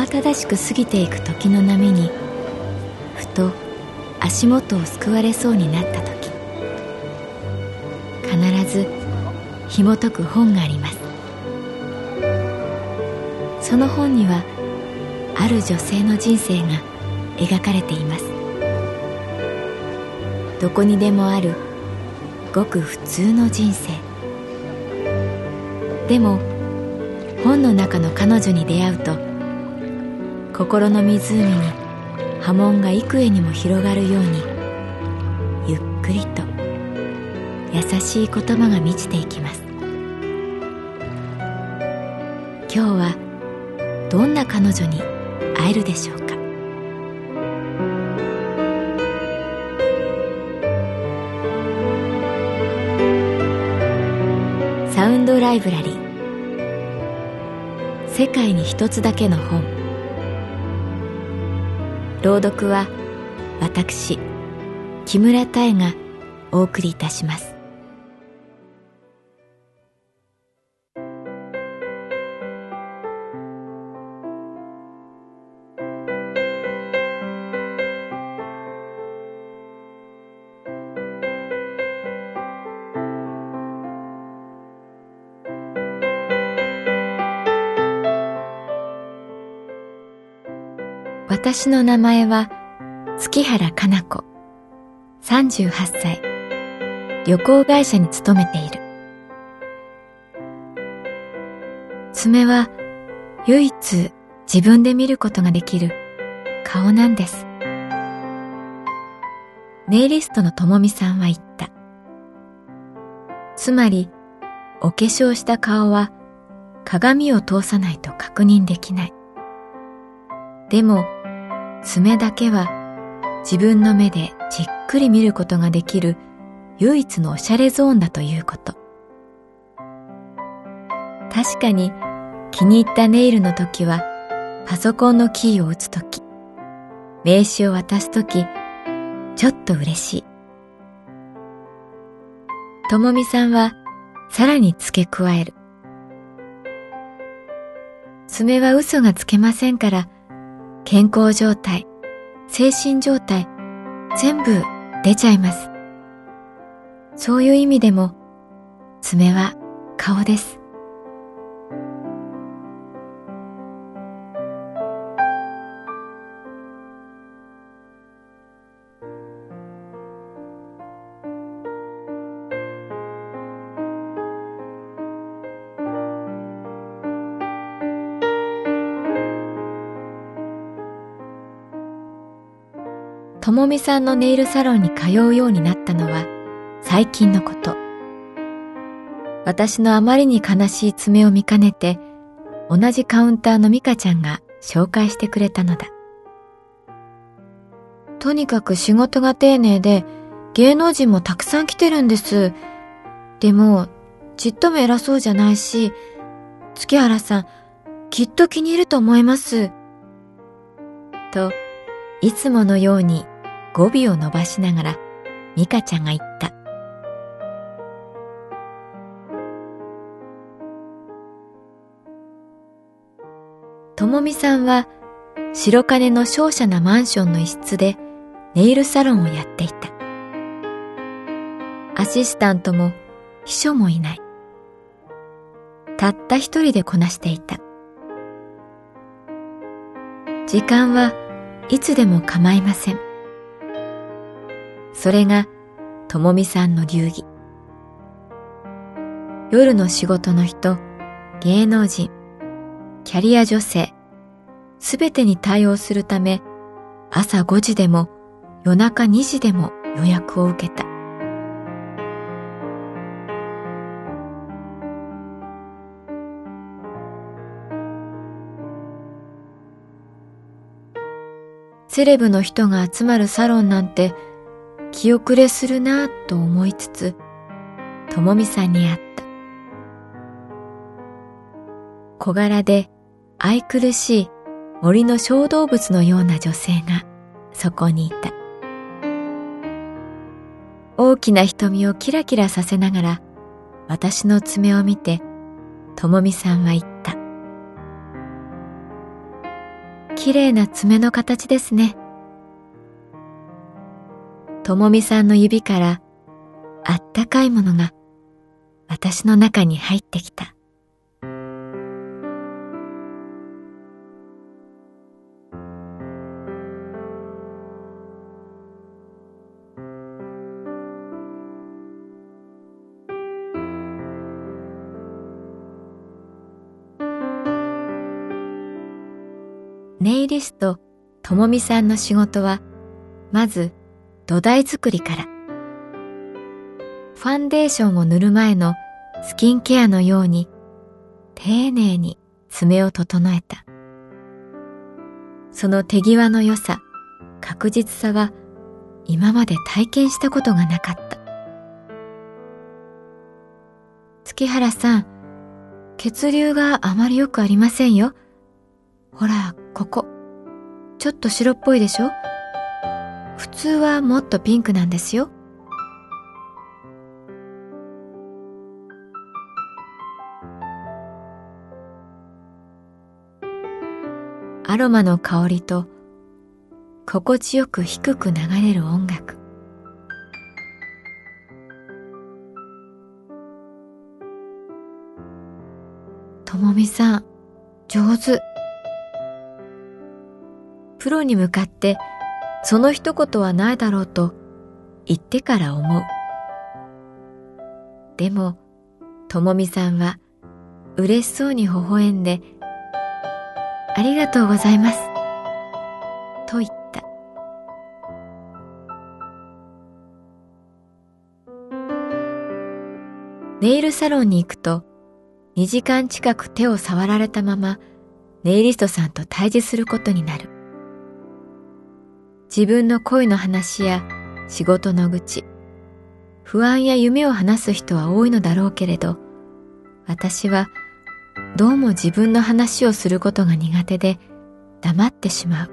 慌ただしく過ぎていく時の波にふと足元をすくわれそうになった時、必ず紐解く本があります。その本にはある女性の人生が描かれています。どこにでもあるごく普通の人生。でも本の中の彼女に出会うと、心の湖に波紋が幾重にも広がるように、ゆっくりと優しい言葉が満ちていきます。今日はどんな彼女に会えるでしょうか。サウンドライブラリー、世界に一つだけの本。朗読は私木村多江がお送りいたします。私の名前は月原かな子、38歳、旅行会社に勤めている。爪は唯一自分で見ることができる顔なんです。ネイリストのともみさんは言った。つまり、お化粧した顔は鏡を通さないと確認できない。でも、爪だけは自分の目でじっくり見ることができる唯一のおしゃれゾーンだということ。確かに気に入ったネイルの時はパソコンのキーを打つ時、名刺を渡す時、ちょっと嬉しい。ともみさんはさらに付け加える。爪は嘘がつけませんから、健康状態、精神状態、全部出ちゃいます。そういう意味でも、爪は顔です。ともみさんのネイルサロンに通うようになったのは最近のこと。私のあまりに悲しい爪を見かねて、同じカウンターのミカちゃんが紹介してくれたのだ。とにかく仕事が丁寧で、芸能人もたくさん来てるんです。でも、ちっとも偉そうじゃないし、月原さん、きっと気に入ると思います。と、いつものように語尾を伸ばしながらミカちゃんが言った。ともみさんは白金の瀟洒なマンションの一室でネイルサロンをやっていた。アシスタントも秘書もいない。たった一人でこなしていた。時間はいつでも構いません。それがともみさんの流儀。夜の仕事の人、芸能人、キャリア女性、すべてに対応するため、朝5時でも夜中2時でも予約を受けた。セレブの人が集まるサロンなんて気遅れするなぁと思いつつ、ともみさんに会った。小柄で愛くるしい森の小動物のような女性がそこにいた。大きな瞳をキラキラさせながら私の爪を見て、ともみさんは言った。 きれいな爪の形ですね。ともみさんの指からあったかいものが私の中に入ってきた。ネイリストともみさんの仕事はまず土台作りから。ファンデーションを塗る前のスキンケアのように丁寧に爪を整えた。その手際の良さ、確実さは今まで体験したことがなかった。月原さん、血流があまりよくありませんよ。ほら、ここ。ちょっと白っぽいでしょ？普通はもっとピンクなんですよ。アロマの香りと心地よく低く流れる音楽。ともみさん、上手。プロに向かってその一言はないだろうと言ってから思う。でも、ともみさんは嬉しそうに微笑んで、ありがとうございます、と言った。ネイルサロンに行くと、2時間近く手を触られたまま、ネイリストさんと対峙することになる。自分の恋の話や仕事の愚痴、不安や夢を話す人は多いのだろうけれど、私はどうも自分の話をすることが苦手で黙ってしまう。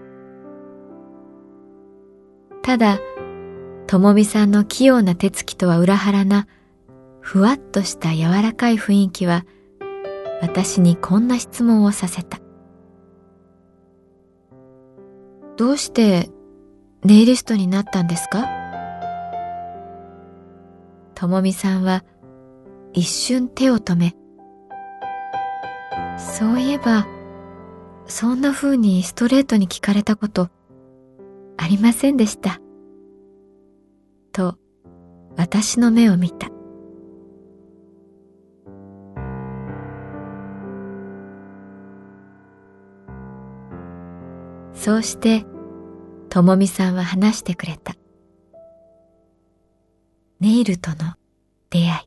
ただ、ともみさんの器用な手つきとは裏腹なふわっとした柔らかい雰囲気は私にこんな質問をさせた。どうしてネイリストになったんですか？ともみさんは一瞬手を止め、そういえばそんな風にストレートに聞かれたことありませんでした。と私の目を見た。そうしてともみさんは話してくれた。ネイルとの出会い。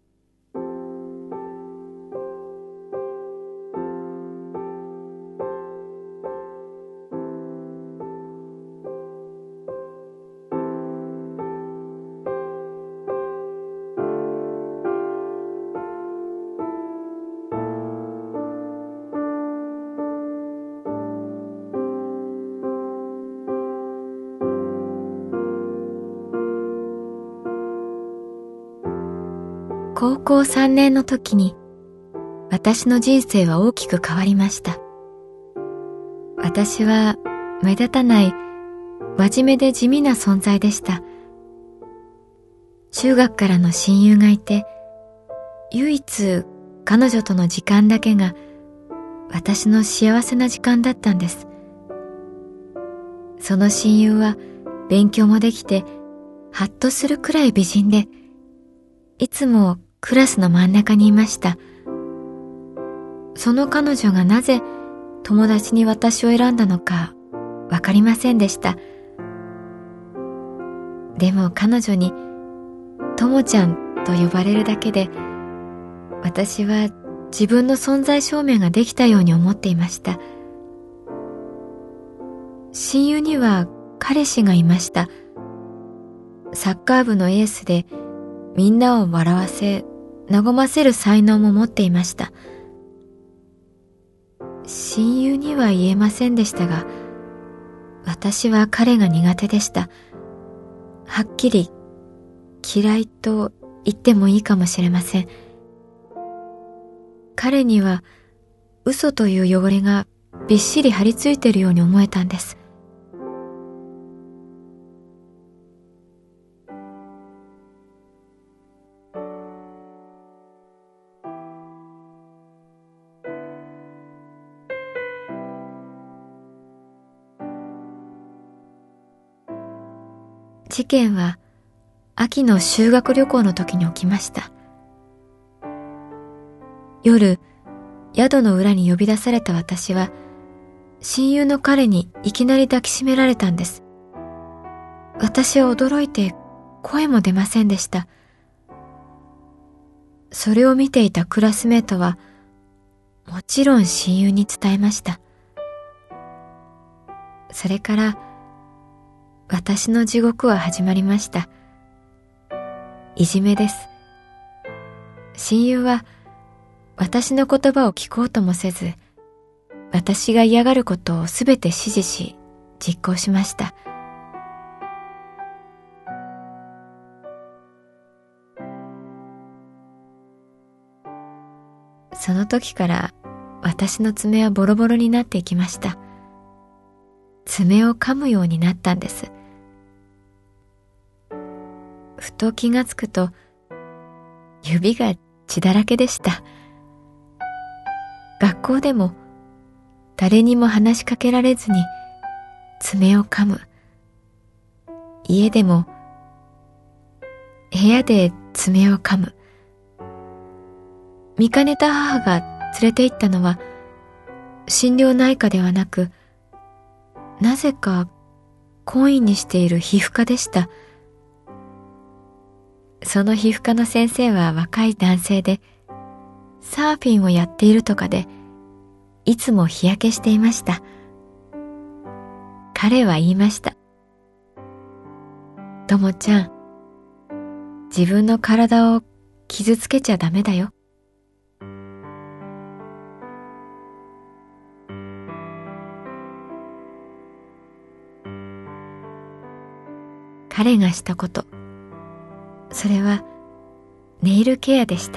高校3年の時に私の人生は大きく変わりました。私は目立たない真面目で地味な存在でした。中学からの親友がいて、唯一彼女との時間だけが私の幸せな時間だったんです。その親友は勉強もできてハッとするくらい美人で、いつもクラスの真ん中にいました。その彼女がなぜ友達に私を選んだのかわかりませんでした。でも彼女にともちゃんと呼ばれるだけで、私は自分の存在証明ができたように思っていました。親友には彼氏がいました。サッカー部のエースで、みんなを笑わせ、和ませる才能も持っていました。親友には言えませんでしたが、私は彼が苦手でした。はっきり嫌いと言ってもいいかもしれません。彼には嘘という汚れがびっしり張り付いているように思えたんです。事件は秋の修学旅行の時に起きました。夜、宿の裏に呼び出された私は、親友の彼にいきなり抱きしめられたんです。私は驚いて声も出ませんでした。それを見ていたクラスメートは、もちろん親友に伝えました。それから、私の地獄は始まりました。いじめです。親友は、私の言葉を聞こうともせず、私が嫌がることをすべて指示し、実行しました。その時から私の爪はボロボロになっていきました。爪を噛むようになったんです。ふと気がつくと、指が血だらけでした。学校でも誰にも話しかけられずに爪を噛む。家でも部屋で爪を噛む。見かねた母が連れて行ったのは心療内科ではなく、なぜか懇意にしている皮膚科でした。その皮膚科の先生は若い男性で、サーフィンをやっているとかで、いつも日焼けしていました。彼は言いました。ともちゃん、自分の体を傷つけちゃダメだよ。彼がしたこと、それはネイルケアでした。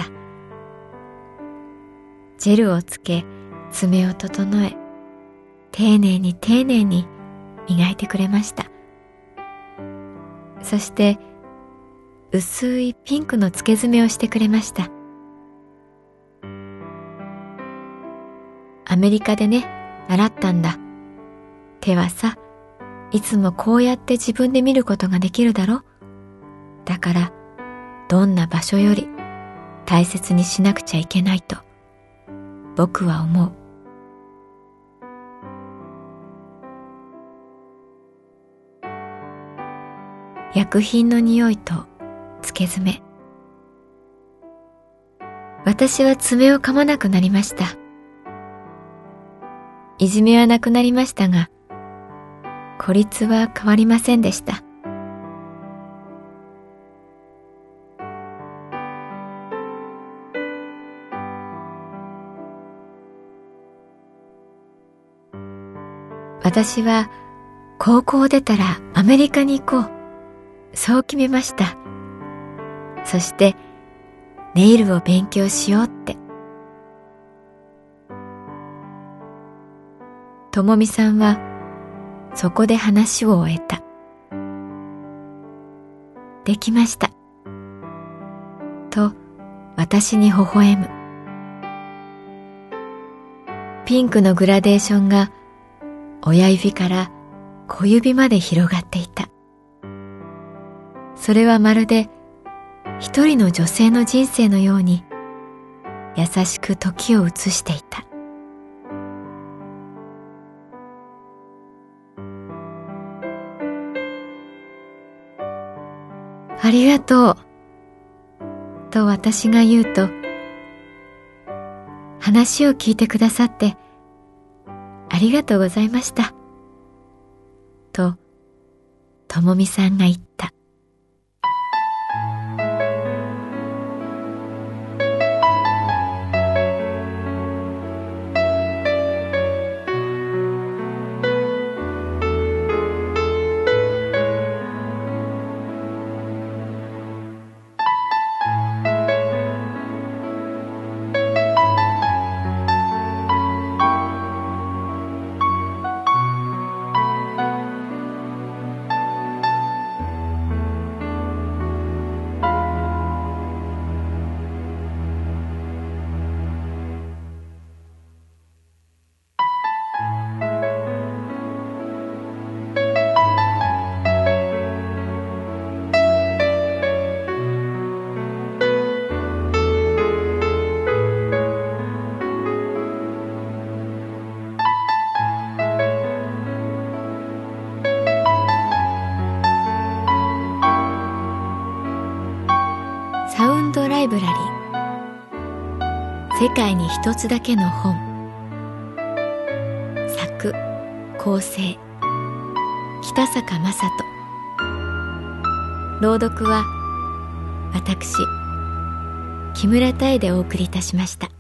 ジェルをつけ、爪を整え、丁寧に丁寧に磨いてくれました。そして薄いピンクの付け爪をしてくれました。アメリカでね、習ったんだ。手はさ、いつもこうやって自分で見ることができるだろ。だから、どんな場所より大切にしなくちゃいけないと、僕は思う。薬品の匂いと付け爪。私は爪を噛まなくなりました。いじめはなくなりましたが、孤立は変わりませんでした。私は高校を出たらアメリカに行こう。そう決めました。そしてネイルを勉強しようって。ともみさんはそこで話を終えた。できました。と私に微笑む。ピンクのグラデーションが親指から小指まで広がっていた。それはまるで一人の女性の人生のように優しく時を移していた。ありがとうと私が言うと、話を聞いてくださってありがとうございましたとともみさんが言った。 ライブラリー、世界に一つだけの本。作・構成北坂雅人。朗読は私木村多江でお送りいたしました。